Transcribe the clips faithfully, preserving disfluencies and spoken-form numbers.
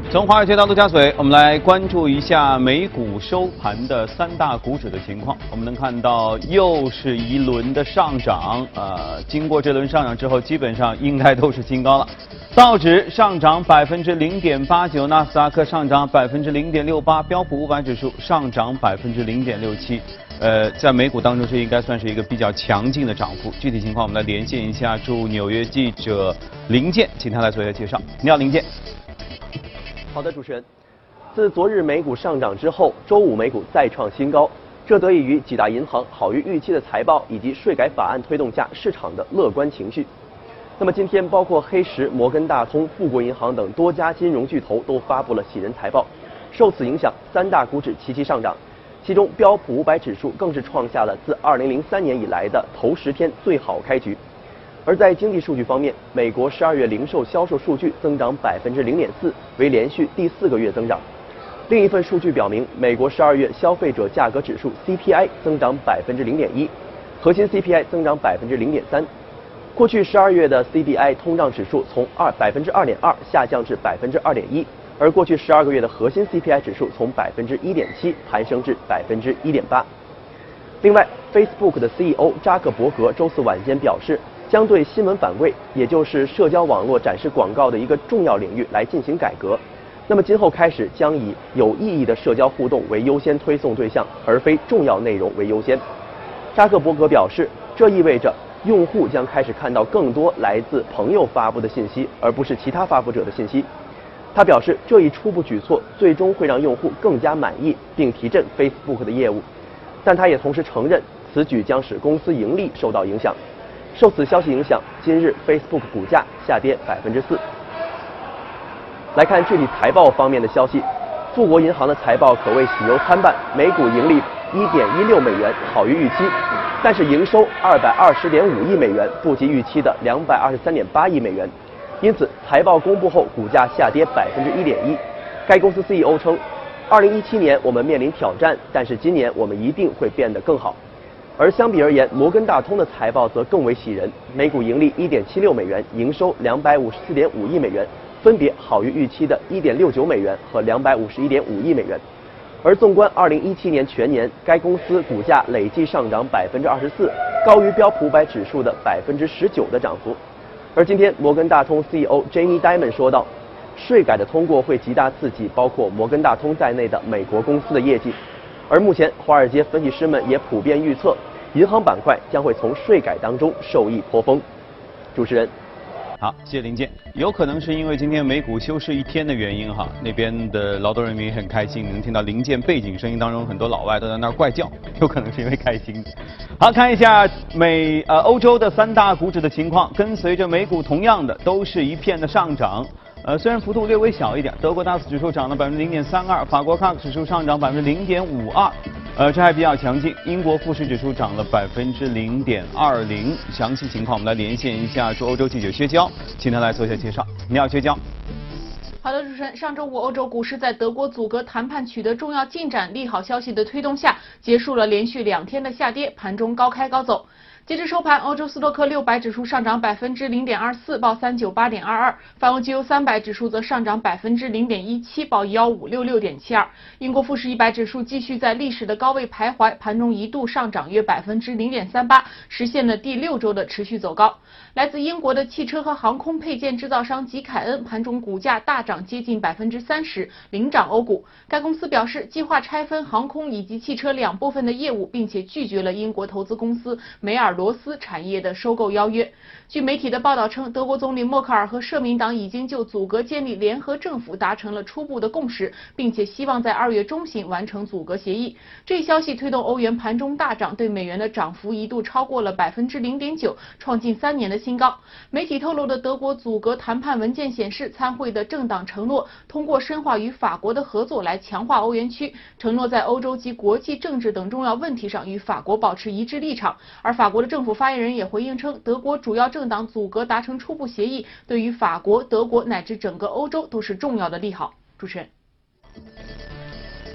从华尔街到陆家嘴，我们来关注一下美股收盘的三大股指的情况。我们能看到，又是一轮的上涨。呃，经过这轮上涨之后，基本上应该都是新高了。道指上涨百分之零点八九，纳斯达克上涨百分之零点六八，标普五百指数上涨百分之零点六七。呃，在美股当中，这应该算是一个比较强劲的涨幅。具体情况，我们来连线一下驻纽约记者林健，请他来做一下介绍。你好，林健。 好的，主持人。自昨日美股上涨之后，周五美股再创新高，这得益于几大银行好于预期的财报以及税改法案推动下市场的乐观情绪。那么今天，包括黑石、摩根大通、富国银行等多家金融巨头都发布了喜人财报，受此影响，三大股指齐齐上涨，其中标普五百指数更是创下了自二零零三年以来的头十天最好开局。而在经济数据方面，美国十二月零售销售数据增长百分之零点四，为连续第四个月增长。另一份数据表明，美国十二月消费者价格指数 C P I 增长百分之零点一，核心 C P I 增长百分之零点三。过去十二月的 C P I 通胀指数从二百分之二点二下降至百分之二点一，而过去十二个月的核心 C P I 指数从百分之一点七攀升至百分之一点八。另外 ，Facebook 的 C E O 扎克伯格周四晚间表示，将对新闻反馈，也就是社交网络展示广告的一个重要领域来进行改革。那么今后开始将以有意义的社交互动为优先推送对象，而非重要内容为优先。扎克伯格表示，这意味着用户将开始看到更多来自朋友发布的信息，而不是其他发布者的信息。他表示，这一初步举措最终会让用户更加满意，并提振 Facebook 的业务。但他也同时承认，此举将使公司盈利受到影响。受此消息影响，今日 Facebook 股价下跌百分之四。来看具体财报方面的消息，富国银行的财报可谓喜忧参半，每股盈利一点一六美元，好于预期，但是营收二百二十点五亿美元，不及预期的两百二十三点八亿美元，因此财报公布后股价下跌百分之一点一。该公司 C E O 称，二零一七年我们面临挑战，但是今年我们一定会变得更好。而相比而言，摩根大通的财报则更为喜人，每股盈利一点七六美元，营收两百五十四点五亿美元，分别好于预期的一点六九美元和两百五十一点五亿美元。而纵观二零一七年全年，该公司股价累计上涨百分之二十四，高于标普五百指数的百分之十九的涨幅。而今天，摩根大通 C E O Jamie Dimon 说道，税改的通过会极大刺激包括摩根大通在内的美国公司的业绩。而目前，华尔街分析师们也普遍预测，银行板块将会从税改当中受益颇丰。主持人， 好，谢谢林健。有可能是因为今天美股休市一天的原因哈，那边的劳动人民很开心，能听到林健背景声音当中很多老外都在那儿怪叫，有可能是因为开心。好，看一下美呃欧洲的三大股指的情况，跟随着美股同样的都是一片的上涨。呃，虽然幅度略微小一点，德国 D A X 指数涨了百分之零点三二，法国 C A C 指数上涨百分之零点五二，呃，这还比较强劲。英国富时指数涨了百分之零点二零。详细情况我们来连线一下驻欧洲记者薛娇，请他来做一下介绍。你好，薛娇。 好的，主持人，上周五欧洲股市在德国阻隔谈判取得重要进展，利好消息的推动下，结束了连续两天的下跌，盘中高开高走。截至收盘，欧洲斯托克六百指数上涨百分之零点二四，报三九八点二二；泛欧绩优三百指数则上涨百分之零点一七，报幺五六六点七二。英国富时一百指数继续在历史的高位徘徊，盘中一度上涨约百分之零点三八，实现了第六周的持续走高。来自英国的汽车和航空配件制造商吉凯恩盘中股价大涨接近百分之三十，领涨欧股。该公司表示，计划拆分航空以及汽车两部分的业务，并且拒绝了英国投资公司梅尔罗斯产业的收购邀约。据媒体的报道称，德国总理默克尔和社民党已经就阻隔建立联合政府达成了初步的共识，并且希望在二月中旬完成阻隔协议。这一消息推动欧元盘中大涨，对美元的涨幅一度超过了百分之零点九，创近三年的新高。媒体透露的德国阻隔谈判文件显示，参会的政党承诺通过深化与法国的合作来强化欧元区，承诺在欧洲及国际政治等重要问题上与法国保持一致立场。而法国的政府发言人也回应称，德国主要政党阻隔达成初步协议，对于法国、德国乃至整个欧洲都是重要的利好。主持人。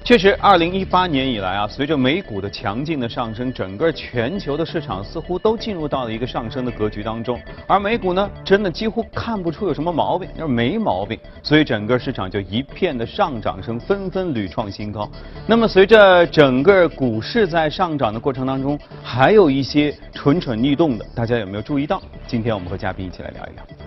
确实，二零一八年以来啊，随着美股的强劲的上升，整个全球的市场似乎都进入到了一个上升的格局当中。而美股呢，真的几乎看不出有什么毛病，就是没毛病，所以整个市场就一片的上涨声纷纷屡创新高。那么，随着整个股市在上涨的过程当中，还有一些蠢蠢欲动的，大家有没有注意到？今天我们和嘉宾一起来聊一聊。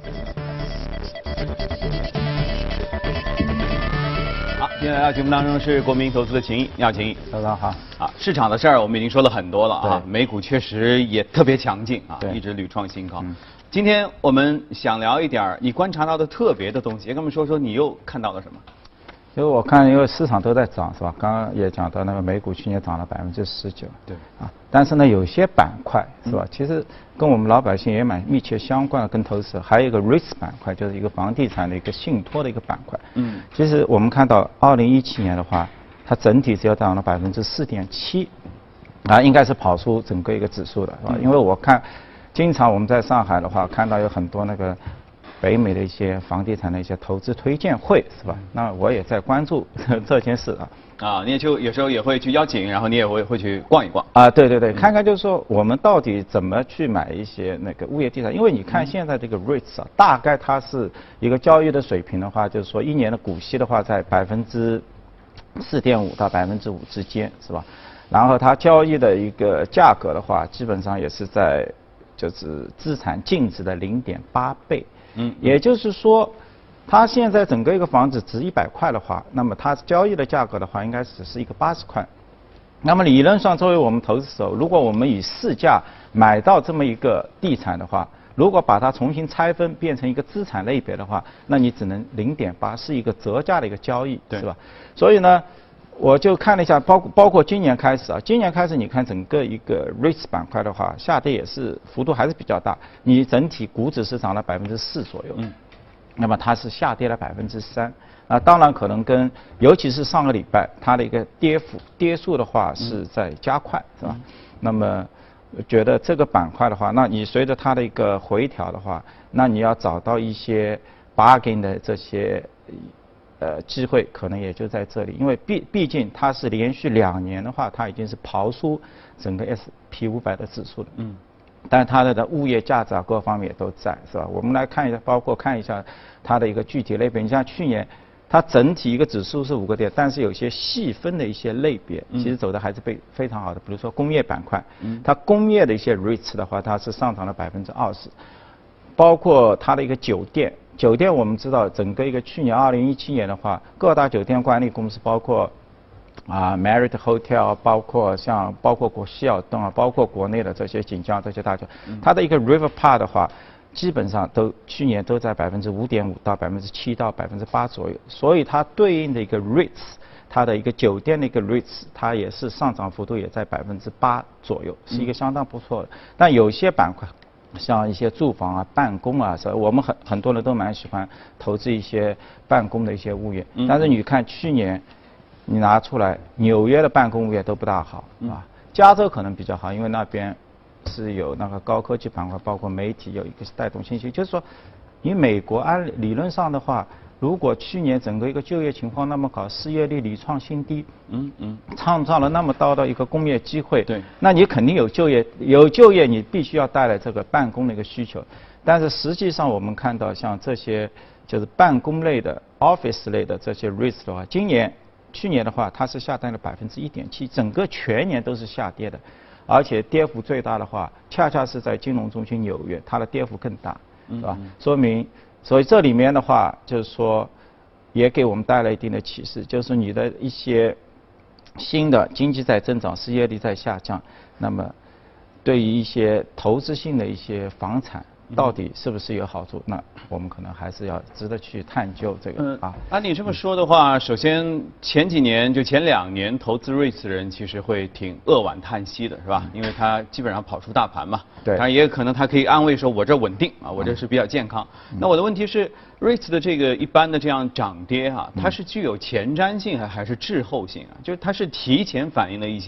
好，今天来到节目当中是国民投资的秦毅，你好，秦毅。 大家好。 啊，市场的事儿我们已经说了很多了啊， 对美股确实也特别强劲啊， 对一直屡创新高。 嗯今天我们想聊一点儿你观察到的特别的东西，也跟我们说说你又看到了什么？ 因为我看，因为市场都在涨，是吧？刚刚也讲到那个美股去年涨了百分之十九。 对。 啊，但是呢，有些板块是吧？嗯、其实跟我们老百姓也蛮密切相关的，跟投资。还有一个 R E I T 板块，就是一个房地产的一个信托的一个板块。嗯。其实我们看到二零一七年的话，它整体只要涨了百分之四点七，啊，应该是跑出整个一个指数的，是吧？嗯、因为我看，经常我们在上海的话，看到有很多那个。北美的一些房地产的一些投资推荐会是吧？那我也在关注这件事啊。 啊，你也就有时候也会去邀请，然后你也会会去逛一逛。 啊，对对对，看看就是说我们到底怎么去买一些那个物业地产，因为你看现在这个 R E I T S 啊，大概它是一个交易的水平的话，就是说一年的股息的话在百分之四点五到百分之五之间是吧？然后它交易的一个价格的话，基本上也是在就是资产净值的零点八倍。嗯，也就是说，它现在整个一个房子值一百块的话，那么它交易的价格的话，应该只是一个八十块。那么理论上，作为我们投资手，如果我们以市价买到这么一个地产的话，如果把它重新拆分变成一个资产类别的话，那你只能零点八，是一个折价的一个交易，是吧？所以呢，我就看了一下，包括包括今年开始啊，今年开始你看整个一个 R E I T S 板块的话，下跌也是幅度还是比较大。你整体股指是涨了百分之四左右，嗯，那么它是下跌了百分之三。啊，当然可能跟尤其是上个礼拜它的一个跌幅跌速的话是在加快，是吧？那么觉得这个板块的话，那你随着它的一个回调的话，那你要找到一些 bargain 的这些。呃，机会可能也就在这里，因为毕毕竟它是连续两年的话，它已经是刨出整个 S P 五百的指数了。嗯。但是它的物业价值啊，各方面也都在，是吧？我们来看一下，包括看一下它的一个具体类别。你像去年，它整体一个指数是五个点，但是有些细分的一些类别，其实走的还是被非常好的。比如说工业板块，嗯，它工业的一些 R E I T S 的话，它是上涨了百分之二十，包括它的一个酒店。酒店我们知道，整个一个去年二零一七年的话，各大酒店管理公司，包括啊 Marriott Hotel， 包括像包括国希尔顿啊，包括国内的这些锦江这些大酒，它的一个 River Park 的话，基本上都去年都在百分之五点五到百分之七到百分之八左右，所以它对应的一个 R E I T S， 它的一个酒店的一个 R E I T S， 它也是上涨幅度也在百分之八左右，是一个相当不错的。但有些板块。像一些住房啊、办公啊，是我们很很多人都蛮喜欢投资一些办公的一些物业。嗯、但是你看去年，你拿出来纽约的办公物业都不大好，嗯、啊，加州可能比较好，因为那边是有那个高科技板块，包括媒体有一个带动信息。就是说，你美国按理论上的话，如果去年整个一个就业情况那么好，失业率屡创新低，嗯嗯，创造了那么高的一个工业机会，对，那你肯定有就业，有就业你必须要带来这个办公的一个需求。但是实际上我们看到像这些就是办公类的 office 类的这些 R E I T S 的话，今年去年的话它是下跌了百分之一点七，整个全年都是下跌的，而且跌幅最大的话，恰恰是在金融中心纽约，它的跌幅更大，是吧？嗯、说明。所以这里面的话，就是说，也给我们带来一定的启示，就是你的一些新的经济在增长，失业率在下降，那么对于一些投资性的一些房产，到底是不是有好处？那我们可能还是要值得去探究这个啊。 按你这么说的话，首先前几年就前两年投资 R E I T S 的人其实会挺扼腕叹息的，是吧？因为他基本上跑出大盘嘛。对。当然也有可能他可以安慰说，我这稳定啊，我这是比较健康。嗯、那我的问题是 ，R E I T S 的这个一般的这样涨跌哈、啊，它是具有前瞻性还还是滞后性啊？就是它是提前反映了一些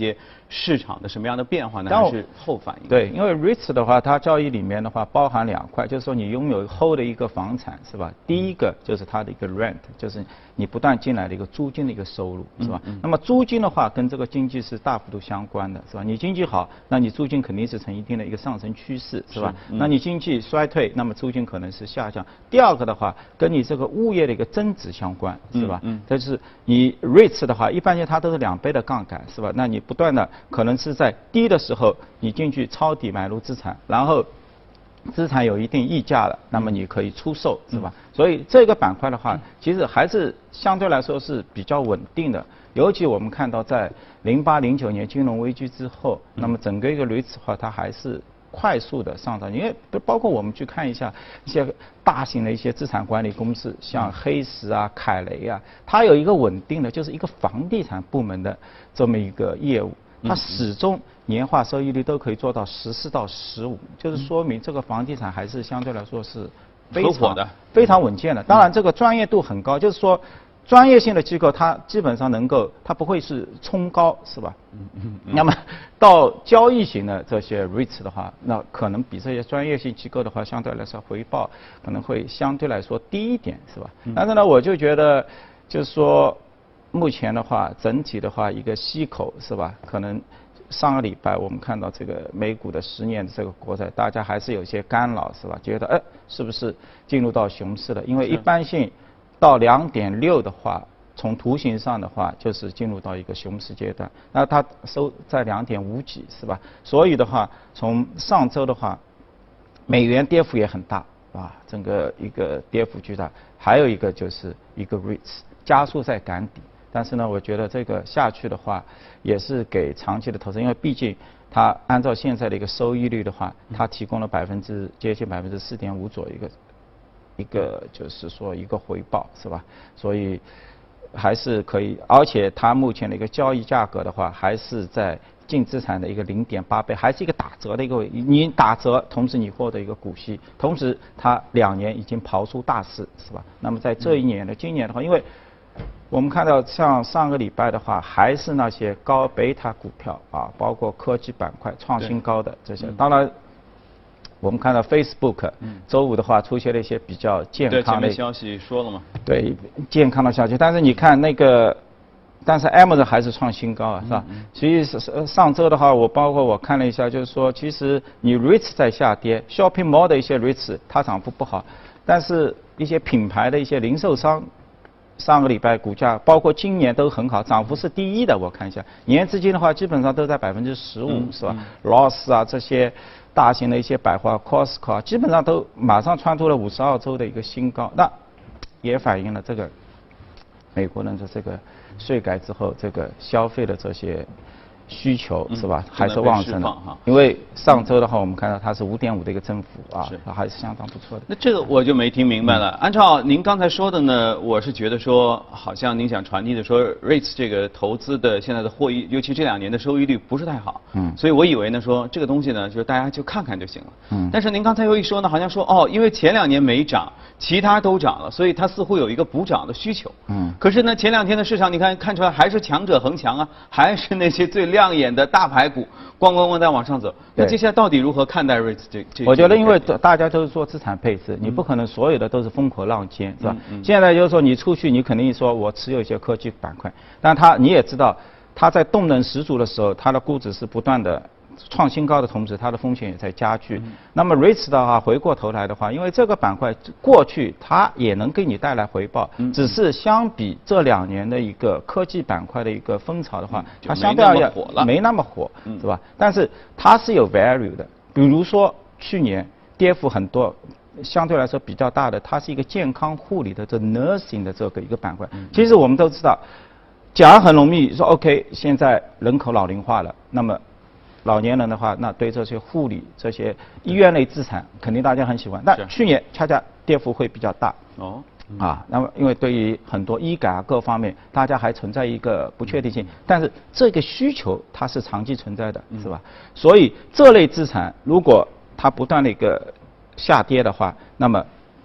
市场的什么样的变化呢？还是后反应？ 对，因为 REITs 的话，它交易里面的话包含两块，就是说你拥有后的一个房产是吧？第一个就是它的一个 rent， 就是你不断进来的一个租金的一个收入是吧？嗯嗯、那么租金的话跟这个经济是大幅度相关的是吧？你经济好，那你租金肯定是呈一定的一个上升趋势是吧？是嗯、那你经济衰退，那么租金可能是下降。第二个的话，跟你这个物业的一个增值相关是吧？嗯，但是你 REITs 的话，一般性它都是两倍的杠杆是吧？那你不断的可能是在低的时候你进去抄底买入资产，然后资产有一定溢价了，那么你可以出售是吧？所以这个板块的话，其实还是相对来说是比较稳定的。尤其我们看到在零八零九年金融危机之后，那么整个一个 REITs 的话，它还是快速的上涨，因为包括我们去看一下一些大型的一些资产管理公司，像黑石啊、凯雷啊，它有一个稳定的，就是一个房地产部门的这么一个业务，它始终年化收益率都可以做到十四到十五，就是说明这个房地产还是相对来说是非常的、非常稳健的。当然，这个专业度很高，就是说。专业性的机构，它基本上能够，它不会是冲高，是吧？嗯嗯。那么到交易型的这些 REITs 的话，那可能比这些专业性机构的话，相对来说回报可能会相对来说低一点，是吧？但是呢，我就觉得，就是说，目前的话，整体的话，一个息口是吧？可能上个礼拜我们看到这个美股的十年的这个国债，大家还是有些干扰，是吧？觉得哎，是不是进入到熊市了？因为一般性。到两点六的话，从图形上的话，就是进入到一个熊市阶段。那它收在两点五几，是吧？所以的话，从上周的话，美元跌幅也很大，啊，整个一个跌幅巨大。还有一个就是一个 REITs 加速在赶底，但是呢，我觉得这个下去的话，也是给长期的投资，因为毕竟它按照现在的一个收益率的话，它提供了百分之接近百分之四点五左右一个。一个就是说一个回报是吧？所以还是可以，而且它目前的一个交易价格的话，还是在净资产的一个零点八倍，还是一个打折的一个，你打折，同时你获得一个股息，同时它两年已经刨出大势是吧？那么在这一年的今年的话，因为我们看到像上个礼拜的话，还是那些高贝塔股票啊，包括科技板块创新高的这些，当然。我们看到 Facebook 周五的话出现了一些比较健康的对消息说了吗？ 对健康的消息，但是你看那个，但是 Amazon 还是创新高啊，是吧？其实是上周的话，我包括我看了一下，就是说，其实你 REITs 在下跌 ，Shopping Mall 的一些 REITs 它涨幅不好，但是一些品牌的一些零售商，上个礼拜股价包括今年都很好，涨幅是第一的。我看一下，年至今的话，基本上都在百分之十五，是吧 ？Ross 啊这些。大型的一些百货 Costco 啊，基本上都马上创出了五十二周的一个新高，那也反映了这个美国人的这个税改之后这个消费的这些需求是吧，还是旺盛的。因为上周的话，我们看到它是五点五的一个增幅啊，还是相当不错的。 那这个我就没听明白了。按照您刚才说的呢，我是觉得说，好像您想传递的说 ，REITs 这个投资的现在的获益，尤其这两年的收益率不是太好。嗯。所以我以为呢，说这个东西呢，就是大家就看看就行了。嗯。但是您刚才又一说呢，好像说哦，因为前两年没涨，其他都涨了，所以它似乎有一个补涨的需求。嗯。可是呢，前两天的市场你看看出来还是强者恒强啊，还是那些最亮眼的大牌股，咣咣咣在往上走。那接下来到底如何看待 REITs 这这？ 我觉得因为大家都是做资产配置，你不可能所有的都是风口浪尖，是吧？现在就是说你出去，你肯定说我持有一些科技板块，但它你也知道，它在动能十足的时候，它的估值是不断的创新高的同时，它的风险也在加剧。嗯、那么 REITs 的话，回过头来的话，因为这个板块过去它也能给你带来回报，嗯、只是相比这两年的一个科技板块的一个风潮的话，嗯、它相对而言没那么火，嗯、是吧？但是它是有 value 的，比如说去年跌幅很多。相对来说比较大的，它是一个健康护理的这 nursing 的这个一个板块。嗯、其实我们都知道，讲很容易说 OK， 现在人口老龄化了，那么老年人的话，那对这些护理、这些医院类资产，肯定大家很喜欢。但去年恰恰跌幅会比较大。哦。嗯、啊，那么因为对于很多医改啊各方面，大家还存在一个不确定性，但是这个需求它是长期存在的，是吧？嗯、所以这类资产如果它不断的一个下跌的话，那么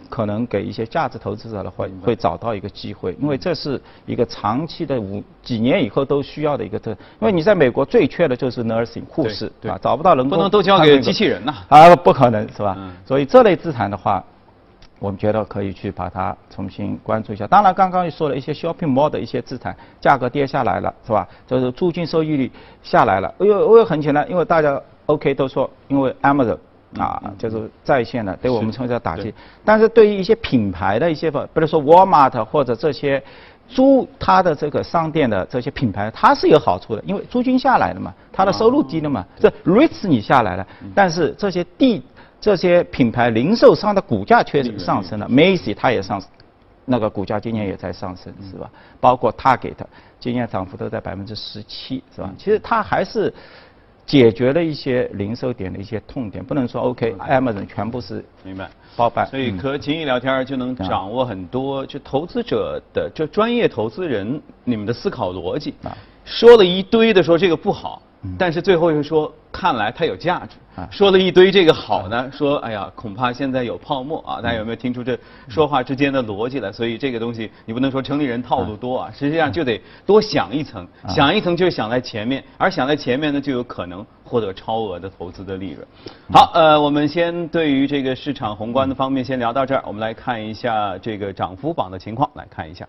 可能给一些价值投资者的会会找到一个机会，因为这是一个长期的五几年以后都需要的一个特，因为你在美国最缺的就是 nursing 护士啊，找不到人工， 不能都交给机器人呐啊，不可能是吧？ 嗯、 所以这类资产的话。我们觉得可以去把它重新关注一下。当然，刚刚也说了一些 shopping mall 的一些资产价格跌下来了，是吧？就是租金收益率下来了。因为因为很简单，因为大家 OK 都说，因为 Amazon 啊，嗯、就是在线的，对我们从小打击。但是对于一些品牌的一些，比如说 Walmart 或者这些租它的这个商店的这些品牌，它是有好处的，因为租金下来了嘛，它的收入低了嘛，这 rates 你下来了，但是这些地。这些品牌零售商的股价确实上升了 ，Macy 它也上，那个股价今年也在上升，是吧？包括 Target 今年涨幅都在百分之十七，是吧？其实它还是解决了一些零售点的一些痛点，不能说 OK，Amazon 全部是明白包办。 所以和秦毅聊天就能掌握很多就投资者的这专业投资人你们的思考逻辑，说了一堆的说这个不好。但是最后又说，看来它有价值。说了一堆这个好呢，说哎呀，恐怕现在有泡沫啊！大家有没有听出这说话之间的逻辑来？所以这个东西你不能说城里人套路多啊，实际上就得多想一层，想一层就想在前面，而想在前面呢，就有可能获得超额的投资的利润。好，呃，我们先对于这个市场宏观的方面先聊到这儿，我们来看一下这个涨幅榜的情况，来看一下。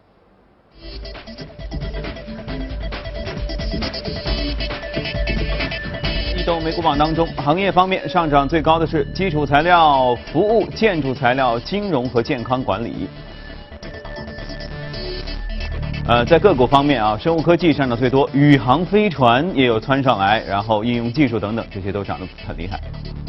移动美股榜当中，行业方面上涨最高的是基础材料、服务、建筑材料、金融和健康管理。呃，在个股方面啊，生物科技上涨最多，宇航飞船也有窜上来，然后应用技术等等，这些都涨得很厉害。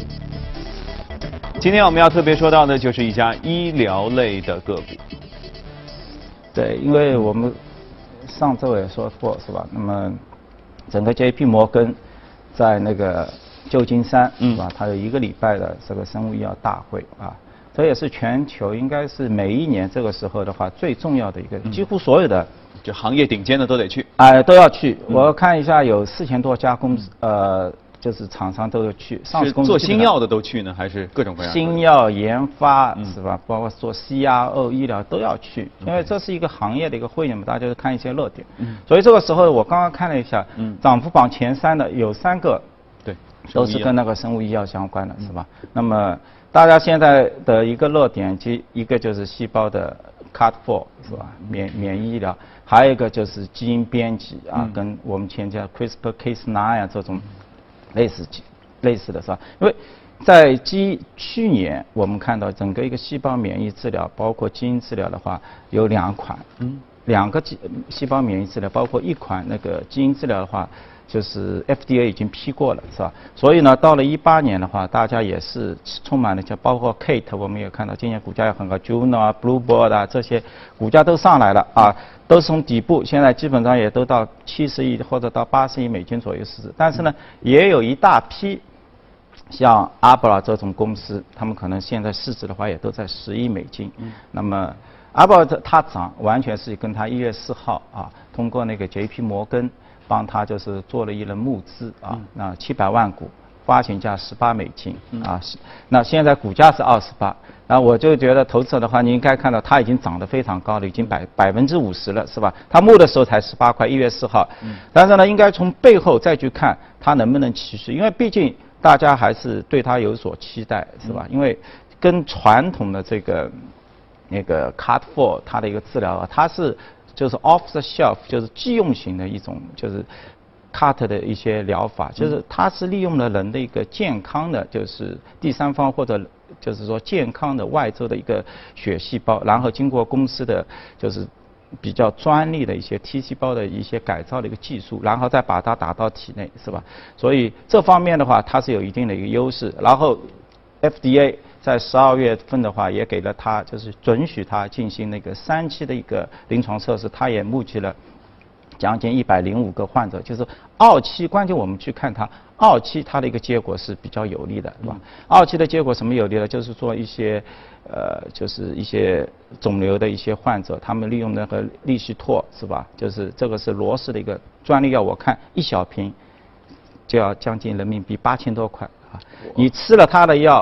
今天我们要特别说到的就是一家医疗类的个股。 对，因为我们上周也说过是吧？那么整个 J P 摩根。在那个旧金山，是吧？它有一个礼拜的这个生物医药大会啊，这也是全球应该是每一年这个时候的话最重要的一个，几乎所有的就行业顶尖的都得去， 哎，都要去。我看一下，有四千多家公司，呃，就是厂商都要去。上市公司做新药的都去呢，还是各种各样的？ 新药研发是吧？包括做 C R O 医疗都要去，因为这是一个行业的一个会议嘛，大家就看一些热点。所以这个时候我刚刚看了一下，涨幅榜前三的有三个， 对， 都是跟那个生物医药相关的，是吧？那么大家现在的一个热点，其一个就是细胞的 C A R T 四 是吧？免免疫医疗，还有一个就是基因编辑啊，跟我们前讲 CRISPR Cas 九 啊这种。类似类似的是吧？因为在基去年我们看到整个一个细胞免疫治疗，包括基因治疗的话，有两款，嗯，两个基细胞免疫治疗，包括一款那个基因治疗的话，就是 F D A 已经批过了，是吧？所以呢，到了一八年的话，大家也是充满了像包括 Kate， 我们也看到今年股价也很高 ，Juno 啊、Bluebird 啊这些股价都上来了啊。都是从底部，现在基本上也都到七十亿或者到八十亿美金左右市值，但是呢，也有一大批像阿布拉这种公司，他们可能现在市值的话也都在十亿美金。嗯、那么阿布拉它涨，完全是跟它一月四号啊，通过那个 J P 摩根帮他就是做了一轮募资啊，嗯、那七百万股，发行价十八美金啊，嗯、那现在股价是二十八。然后我就觉得投资者的话，你应该看到它已经涨得非常高了，已经百百分之五十了，是吧？它募的时候才十八块，一月四号。嗯。但是呢，应该从背后再去看它能不能持续，因为毕竟大家还是对它有所期待，是吧？嗯、因为跟传统的这个那个 C A R T 四 它的一个治疗啊，它是就是 off the shelf， 就是即用型的一种就是。C A R T 的一些疗法，就是它是利用了人的一个健康的，就是第三方或者就是说健康的外周的一个血细胞，然后经过公司的就是比较专利的一些 T 细胞的一些改造的一个技术，然后再把它打到体内，是吧？所以这方面的话，它是有一定的一个优势。然后 F D A 在十二月份的话，也给了它就是准许它进行那个三期的一个临床测试，它也募集了。将近一百零五个患者，就是二期，关键我们去看它二期它的一个结果是比较有利的，是吧？嗯、二期的结果什么有利的？就是说一些呃，就是一些肿瘤的一些患者，他们利用那个利西托，是吧？就是这个是罗氏的一个专利药，我看一小瓶就要将近人民币八千多块啊！你吃了它的药，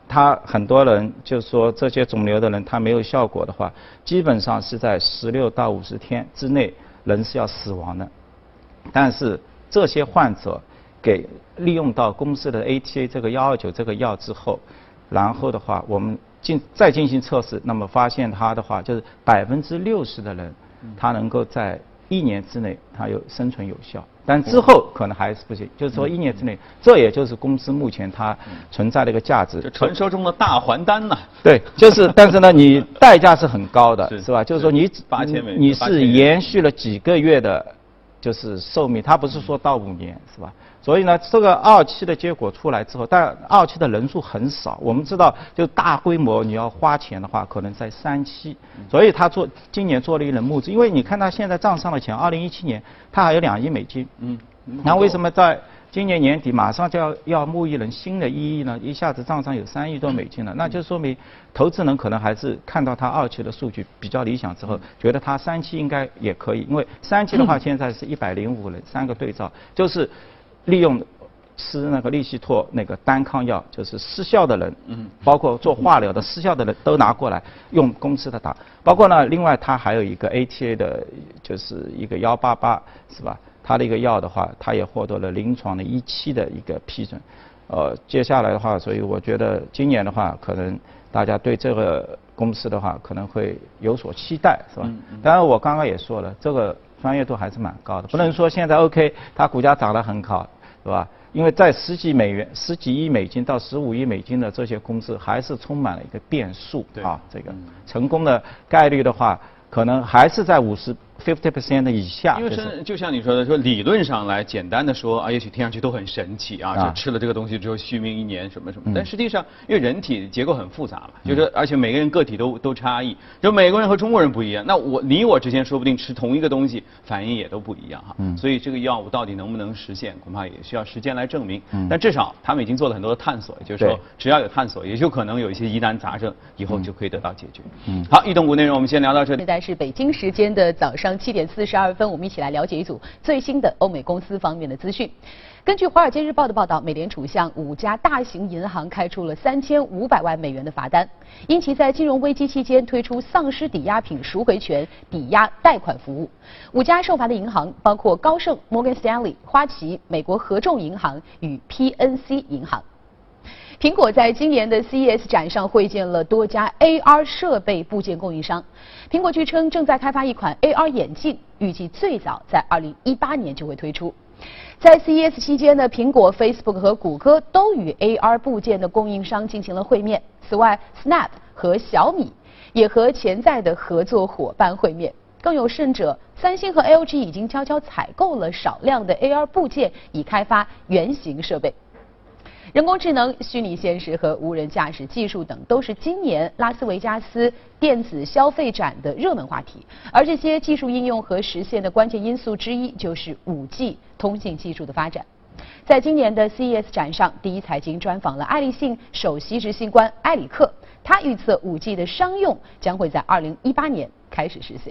他很多人就说这些肿瘤的人他没有效果的话，基本上是在十六到五十天之内人是要死亡的。但是这些患者给利用到公司的 A T A 这个一二九这个药之后，然后的话我们进再进行测试，那么发现他的话就是百分之六十的人，他能够在一年之内他有生存有效。但之后可能还是不行，就是说一年之内，这也就是公司目前它存在的一个价值。 这传说中的大还丹呐。 对，就是，但是呢，你代价是很高的， 是, 是吧？就是说你八千美元， 你是延续了几个月的，就是寿命，它不是说到五年，是吧？所以呢，这个二期的结果出来之后，但二期的人数很少。我们知道，就大规模你要花钱的话，可能在三期。所以他做今年做了一轮募资，因为你看他现在账上的钱，二零一七年他还有两亿美金。嗯。那为什么在今年年底马上就要要募一轮新的一亿呢？一下子账上有三亿多美金了，那就说明投资人可能还是看到他二期的数据比较理想之后，觉得他三期应该也可以，因为三期的话现在是一百零五人，三个对照，就是利用吃那个利西妥那个单抗药，就是失效的人，嗯，包括做化疗的失效的人都拿过来用公司的打，包括呢，另外它还有一个 A T A 的，就是一个幺八八，是吧？它的一个药的话，它也获得了临床的一期的一个批准。呃，接下来的话，所以我觉得今年的话，可能大家对这个公司的话可能会有所期待，是吧？嗯嗯、当然，我刚刚也说了，这个专业度还是蛮高的，不能说现在 OK， 它股价涨得很好，是吧？因为在十几美元、十几亿美金到十五亿美金的这些公司，还是充满了一个变数啊。这个成功的概率的话，可能还是在五十。fifty percent 以下， 因为是就像你说的，说理论上来简单的说啊，也许听上去都很神奇啊，就吃了这个东西之后续命一年什么什么，但实际上因为人体结构很复杂嘛，就是而且每个人个体都都差异，就美国人和中国人不一样，那我你我之间说不定吃同一个东西反应也都不一样哈，所以这个药物到底能不能实现，恐怕也需要时间来证明。但至少他们已经做了很多的探索，也就是说只要有探索，也就可能有一些疑难杂症以后就可以得到解决。嗯，好，异动股内容我们先聊到这里。 现在是北京时间的早上七点四十二分，我们一起来了解一组最新的欧美公司方面的资讯。根据《华尔街日报》的报道，美联储向五家大型银行开出了三千五百万美元的罚单，因其在金融危机期间推出丧失抵押品赎回权抵押贷款服务。五家受罚的银行包括高盛、摩根士丹利、花旗、美国合众银行与 P N C 银行。苹果在今年的 C E S 展上会见了多家 A R 设备部件供应商。苹果据称正在开发一款 A R 眼镜，预计最早在二零一八年就会推出。在 C E S 期间呢，苹果、Facebook 和谷歌都与 A R 部件的供应商进行了会面。此外 ，Snap 和小米也和潜在的合作伙伴会面。更有甚者，三星和 L G 已经悄悄采购了少量的 A R 部件，以开发原型设备。人工智能、虚拟现实和无人驾驶技术等都是今年拉斯维加斯电子消费展的热门话题，而这些技术应用和实现的关键因素之一就是五 G 通信技术的发展。在今年的 C E S 展上，第一财经专访了爱立信首席执行官埃里克，他预测五 G 的商用将会在二零一八年开始实现。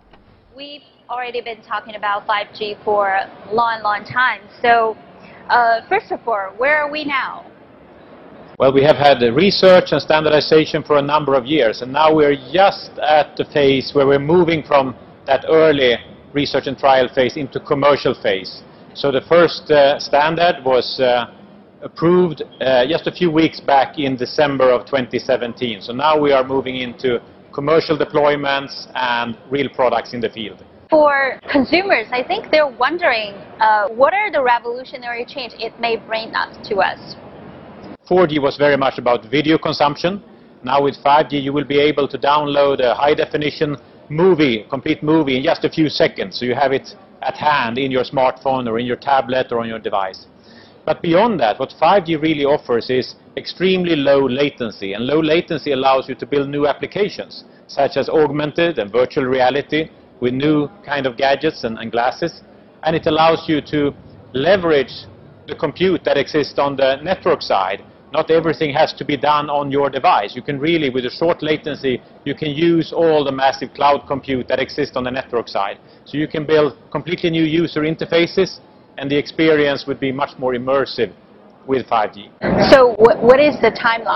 We've already been talking about five G for a long, long time. So, uh, first of all, where are we now? Well, we have had research and standardization for a number of years, and now we're just at the phase where we're moving from that early research and trial phase into commercial phase. So the first uh, standard was uh, approved uh, just a few weeks back in December of twenty seventeen. So now we are moving into commercial deployments and real products in the field. For consumers, I think they're wondering uh, what are the revolutionary change it may bring us to us. four G was very much about video consumption. Now with five G you will be able to download a high definition movie, complete movie in just a few seconds, so you have it at hand in your smartphone or in your tablet or on your device. But beyond that, what five G really offers is extremely low latency, and low latency allows you to build new applications such as augmented and virtual reality with new kind of gadgets and, and glasses, and it allows you to leverage the compute that exists on the network side. Not everything has to be done on your device. You can really, with a short latency, you can use all the massive cloud compute that exists on the network side. So you can build completely new user interfaces, and the experience would be much more immersive with five G. So what, what is the timeline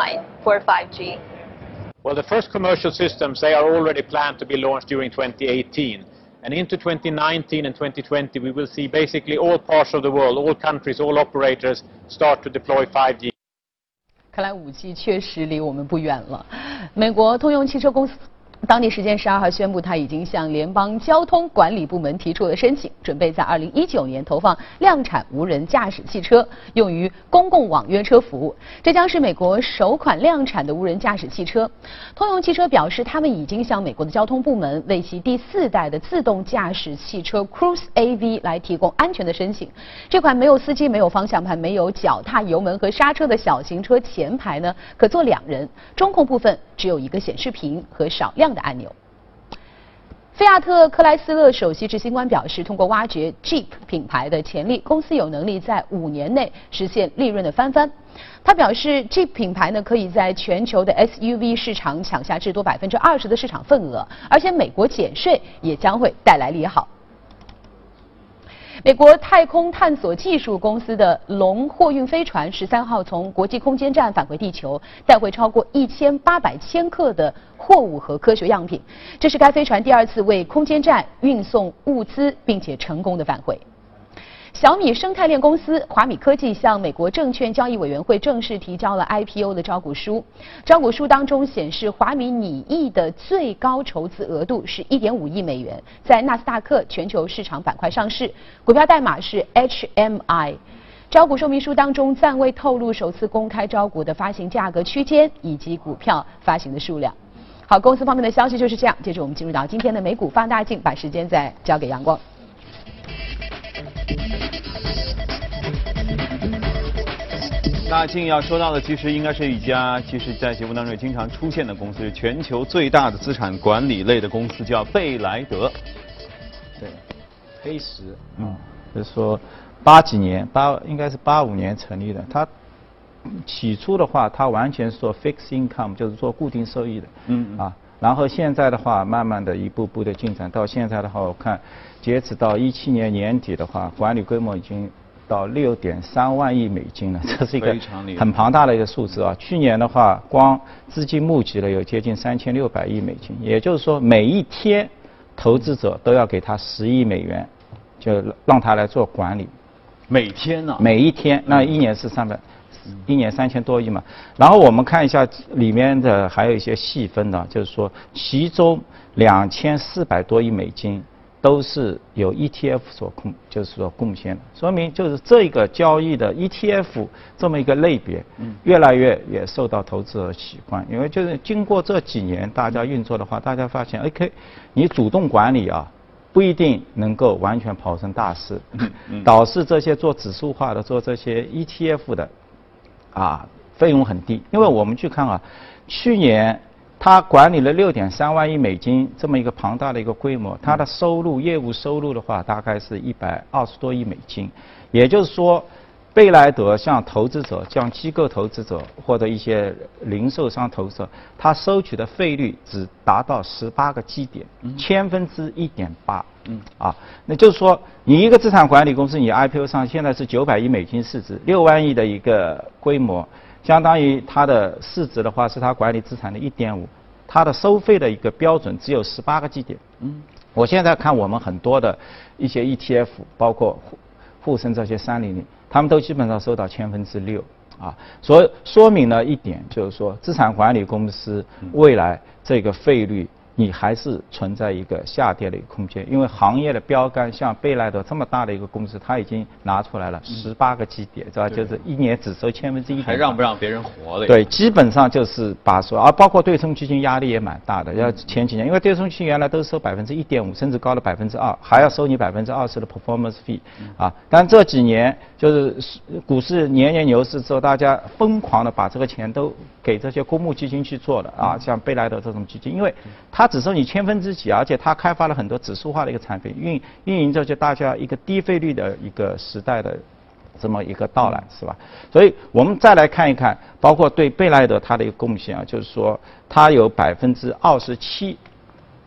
for five G? Well, the first commercial systems, they are already planned to be launched during twenty eighteen. And into twenty nineteen and twenty twenty, we will see basically all parts of the world, all countries, all operators start to deploy five G. 看来五 G 确实离我们不远了。美国通用汽车公司当地时间十二号宣布，他已经向联邦交通管理部门提出了申请，准备在二零一九年投放量产无人驾驶汽车，用于公共网约车服务。这将是美国首款量产的无人驾驶汽车。通用汽车表示，他们已经向美国的交通部门为其第四代的自动驾驶汽车 Cruise A V 来提供安全的申请。这款没有司机、没有方向盘、没有脚踏油门和刹车的小型车前排呢，可坐两人，中控部分只有一个显示屏和少量的按钮。菲亚特克莱斯勒首席执行官表示，通过挖掘 Jeep 品牌的潜力，公司有能力在五年内实现利润的翻番。他表示 ，Jeep 品牌呢可以在全球的 S U V 市场抢下至多百分之二十的市场份额，而且美国减税也将会带来利好。美国太空探索技术公司的龙货运飞船十三号从国际空间站返回地球，带回超过一千八百千克的货物和科学样品。这是该飞船第二次为空间站运送物资，并且成功的返回。小米生态链公司华米科技向美国证券交易委员会正式提交了 I P O 的招股书。招股书当中显示，华米拟议的最高筹资额度是 一点五亿美元，在纳斯达克全球市场板块上市，股票代码是 H M I。招股说明书当中暂未透露首次公开招股的发行价格区间以及股票发行的数量。好，公司方面的消息就是这样。接着我们进入到今天的美股放大镜，把时间再交给阳光。 那静要说到的，其实应该是一家，其实在节目当中也经常出现的公司，是全球最大的资产管理类的公司，叫贝莱德。 对，黑石，嗯，就是说八几年，八应该是八五年成立的。它起初的话，它完全是做 fixed income， 就是做固定收益的，嗯啊。然后现在的话，慢慢的一步步的进展，到现在的话，我看截止到一七年年底的话，管理规模已经到六点三万亿美金了，这是一个很庞大的一个数字啊。去年的话，光资金募集了有接近三千六百亿美金，也就是说每一天投资者都要给他十亿美元，就让他来做管理。 每天呢、啊？ 每一天，那一年是三百。一年三千多亿嘛，然后我们看一下里面的还有一些细分的，就是说其中两千四百多亿美金都是由 E T F 所贡，就是说贡献的，说明就是这个交易的 E T F 这么一个类别，越来越也受到投资者喜欢，因为就是经过这几年大家运作的话，大家发现 OK， 你主动管理啊。不一定能够完全跑成大事，导致这些做指数化的、做这些 E T F 的，啊，费用很低。因为我们去看啊，去年他管理了六点三万亿美金这么一个庞大的一个规模，他的收入、业务收入的话，大概是一百二十多亿美金。也就是说，贝莱德向投资者、像机构投资者或者一些零售商投资者，他收取的费率只达到十八个基点，千分之一点八。嗯啊，那就是说，你一个资产管理公司，你 I P O 上现在是九百亿美金市值，六万亿的一个规模，相当于它的市值的话是它管理资产的一点五，它的收费的一个标准只有十八个基点。嗯，我现在看我们很多的一些 E T F， 包括沪沪深这些三零零，他们都基本上收到千分之六啊，所以说明了一点，就是说资产管理公司未来这个费率。你还是存在一个下跌的一个空间，因为行业的标杆像贝莱德这么大的一个公司，它已经拿出来了十八个基点，是吧？就是一年只收千分之一， 还让不让别人活了？ 对，基本上就是把说，而包括对冲基金压力也蛮大的。要前几年，因为对冲基金原来都收百分之一点五，甚至高了百分之二，还要收你百分之二十的 performance fee 啊。但这几年就是股市年年牛市之后，大家疯狂的把这个钱都给这些公募基金去做了啊，像贝莱德这种基金，因为它只收你千分之几，而且它开发了很多指数化的一个产品，运运营着就大家一个低费率的一个时代的这么一个到来，是吧？所以我们再来看一看，包括对贝莱德它的一个贡献啊，就是说它有百分之二十七，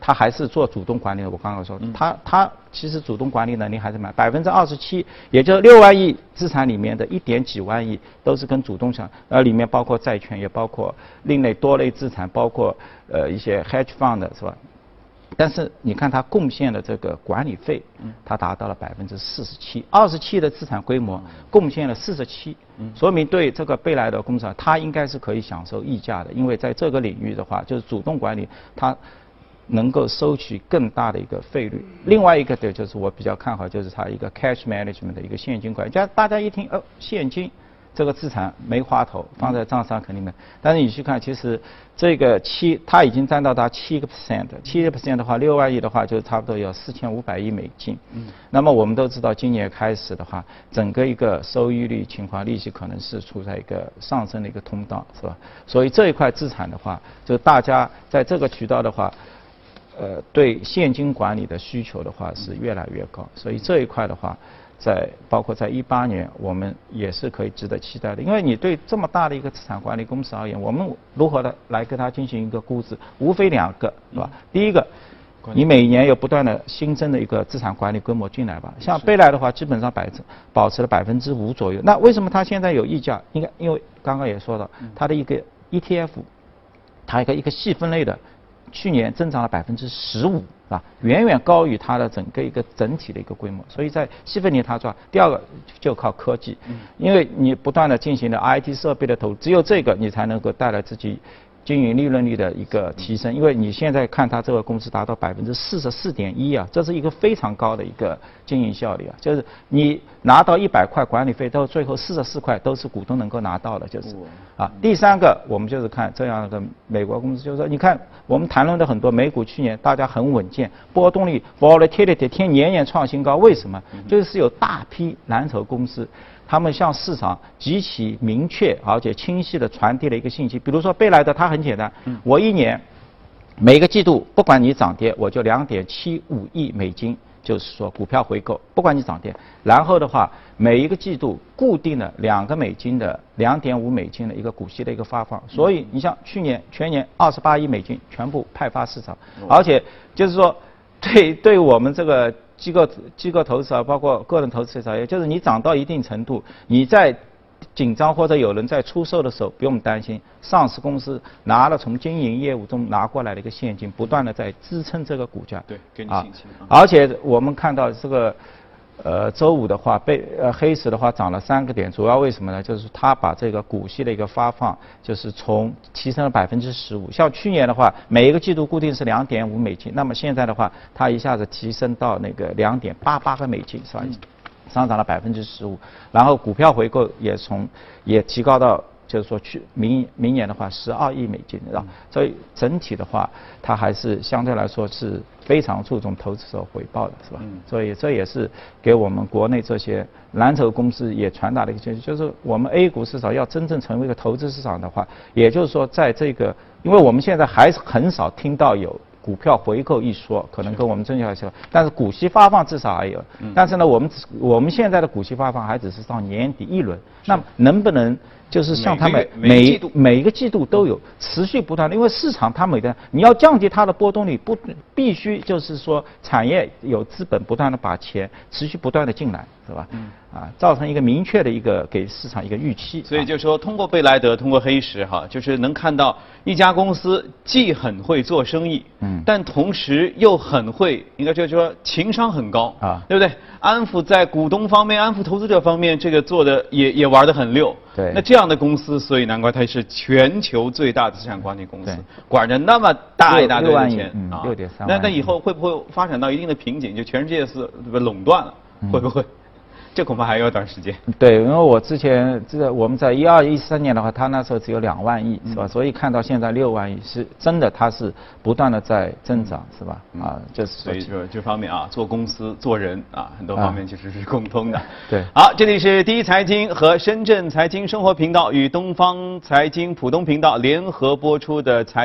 他还是做主动管理的。我刚刚说，他他其实主动管理能力还是蛮百分之二十七，也就是六万亿资产里面的一点几万亿都是跟主动相，呃，里面包括债券，也包括另类多类资产，包括呃一些 hedge fund 是吧？但是你看它贡献的这个管理费，它达到了百分之四十七，二十七的资产规模贡献了四十七，说明对这个贝莱德公司啊，它应该是可以享受溢价的，因为在这个领域的话，就是主动管理，它能够收取更大的一个费率。另外一个的就是我比较看好，就是它一个 cash management 的一个现金管理。大家一听哦，现金。这个资产没花头，放在账上肯定没。但是你去看，其实这个七，它已经占到它七个 percent， 七个 percent 的话，六万亿的话，就差不多有四千五百亿美金。嗯。那么我们都知道，今年开始的话，整个一个收益率情况，利息可能是处在一个上升的一个通道，是吧？所以这一块资产的话，就大家在这个渠道的话，呃，对现金管理的需求的话是越来越高。所以这一块的话。在包括在一八年，我们也是可以值得期待的，因为你对这么大的一个资产管理公司而言，我们如何的来跟它进行一个估值，无非两个，是吧？第一个，你每年有不断的新增的一个资产管理规模进来吧，像贝莱的话，基本上百分保持了百分之五左右。那为什么它现在有溢价？应该因为刚刚也说到，它的一个 E T F， 它一个一个细分类的，去年增长了百分之十五。啊，远远高于它的整个一个整体的一个规模，所以在细分里它抓。第二个就靠科技，因为你不断的进行了 I T 设备的投，只有这个你才能够带来自己经营利润率的一个提升。因为你现在看它这个公司达到百分之四十四点一啊，这是一个非常高的一个经营效率啊，就是你拿到一百块管理费，到最后四十四块都是股东能够拿到的，就是啊。第三个，我们就是看这样的美国公司，就是说，你看我们谈论的很多美股去年大家很稳健，波动率 volatility 天年年创新高，为什么？就是有大批蓝筹公司。他们向市场极其明确而且清晰地传递了一个信息，比如说贝莱德，它很简单，我一年每个季度不管你涨跌，我就两点七五亿美金，就是说股票回购，不管你涨跌。然后的话，每一个季度固定的两个美金的两点五美金的一个股息的一个发放，所以你像去年全年二十八亿美金全部派发市场，而且就是说对对我们这个。机构机构投资啊，包括个人投资者，也就是你涨到一定程度，你在紧张或者有人在出售的时候，不用担心，上市公司拿了从经营业务中拿过来的一个现金，不断的在支撑这个股价。 对，给你信心。 啊，而且我们看到这个。呃，周五的话，被呃黑石的话涨了三个点，主要为什么呢？就是它把这个股息的一个发放，就是从提升了百分之十五。像去年的话，每一个季度固定是两点五美金，那么现在的话，它一下子提升到那个两点八八个美金，是吧？上涨了百分之十五。然后股票回购也从也提高到。就是说，去明明年的话，十二亿美金，啊，所以整体的话，它还是相对来说是非常注重投资者回报的，是吧？嗯。所以这也是给我们国内这些蓝筹公司也传达了一个信息，就是我们 A 股市场要真正成为一个投资市场的话，也就是说，在这个，因为我们现在还是很少听到有。股票回购一说，可能跟我们证券说，但是股息发放至少还有。嗯、但是呢，我们我们现在的股息发放还只是到年底一轮，那么能不能就是像他们每每每一个季度都有持续不断的？因为市场它每个你要降低它的波动率，不必须就是说产业有资本不断的把钱持续不断的进来，是吧？嗯。啊，造成一个明确的一个给市场一个预期。 所以就是说，通过贝莱德，通过黑石，哈，就是能看到一家公司既很会做生意，嗯，但同时又很会，应该就是说情商很高啊，对不对？安抚在股东方面，安抚投资者方面，这个做的也也玩得很溜。 对。 那这样的公司，所以难怪它是全球最大的资产管理公司，管着那么大一大堆的钱啊，六点三万。 那那以后会不会发展到一定的瓶颈，就全世界是垄断了？会不会？这恐怕还要一段时间。 对，因为我之前这个我们在一二一三年的话，他那时候只有两万亿，是吧？所以看到现在六万亿，是真的，它是不断的在增长，是吧？啊，就是所以说这方面啊，做公司做人啊，很多方面其实是共通的。 对。 好，这里是第一财经和深圳财经生活频道与东方财经浦东频道联合播出的财。